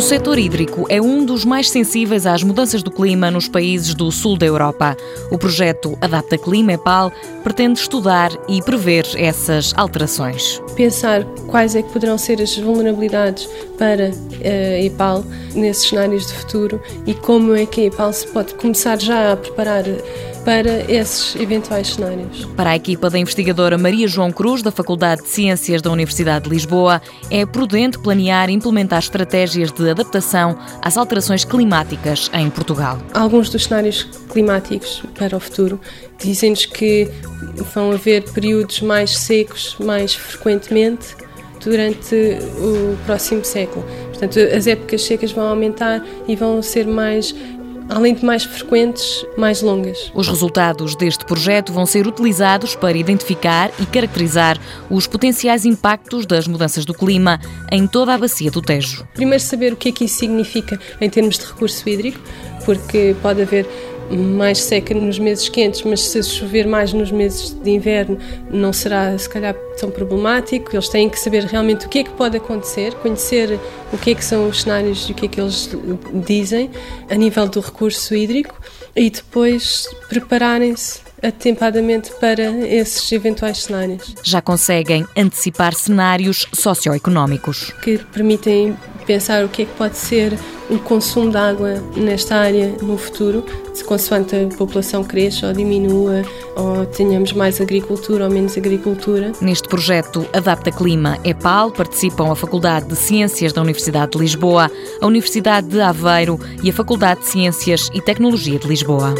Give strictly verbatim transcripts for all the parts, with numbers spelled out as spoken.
setor hídrico é um dos mais sensíveis às mudanças do clima nos países do sul da Europa. O projeto Adapta Clima, EPAL, pretende estudar e prever essas alterações. Pensar quais é que poderão ser as vulnerabilidades para a EPAL nesses cenários de futuro e como é que a EPAL se pode começar já a preparar para esses eventuais cenários. Para a equipa da investigadora Maria João Cruz, da Faculdade de Ciências da Universidade de Lisboa, é prudente planear e implementar estratégias de adaptação às alterações climáticas em Portugal. Alguns dos cenários climáticos para o futuro dizem-nos que vão haver períodos mais secos mais frequentemente durante o próximo século. Portanto, as épocas secas vão aumentar e vão ser mais, além de mais frequentes, mais longas. Os resultados deste projeto vão ser utilizados para identificar e caracterizar os potenciais impactos das mudanças do clima em toda a bacia do Tejo. Primeiro, saber o que é que isso significa em termos de recurso hídrico, porque pode haver mais seca nos meses quentes, mas se chover mais nos meses de inverno não será, se calhar, tão problemático. Eles têm que saber realmente o que é que pode acontecer, conhecer o que é que são os cenários e o que é que eles dizem a nível do recurso hídrico e depois prepararem-se atempadamente para esses eventuais cenários. Já conseguem antecipar cenários socioeconómicos que permitem pensar o que é que pode ser o consumo de água nesta área no futuro, se consoante a população cresça ou diminua, ou tenhamos mais agricultura ou menos agricultura. Neste projeto Adapta Clima, EPAL, participam a Faculdade de Ciências da Universidade de Lisboa, a Universidade de Aveiro e a Faculdade de Ciências e Tecnologia de Lisboa.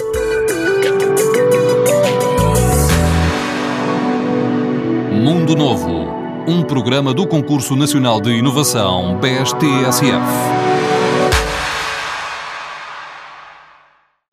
Mundo Novo, um programa do Concurso Nacional de Inovação B E S T S F.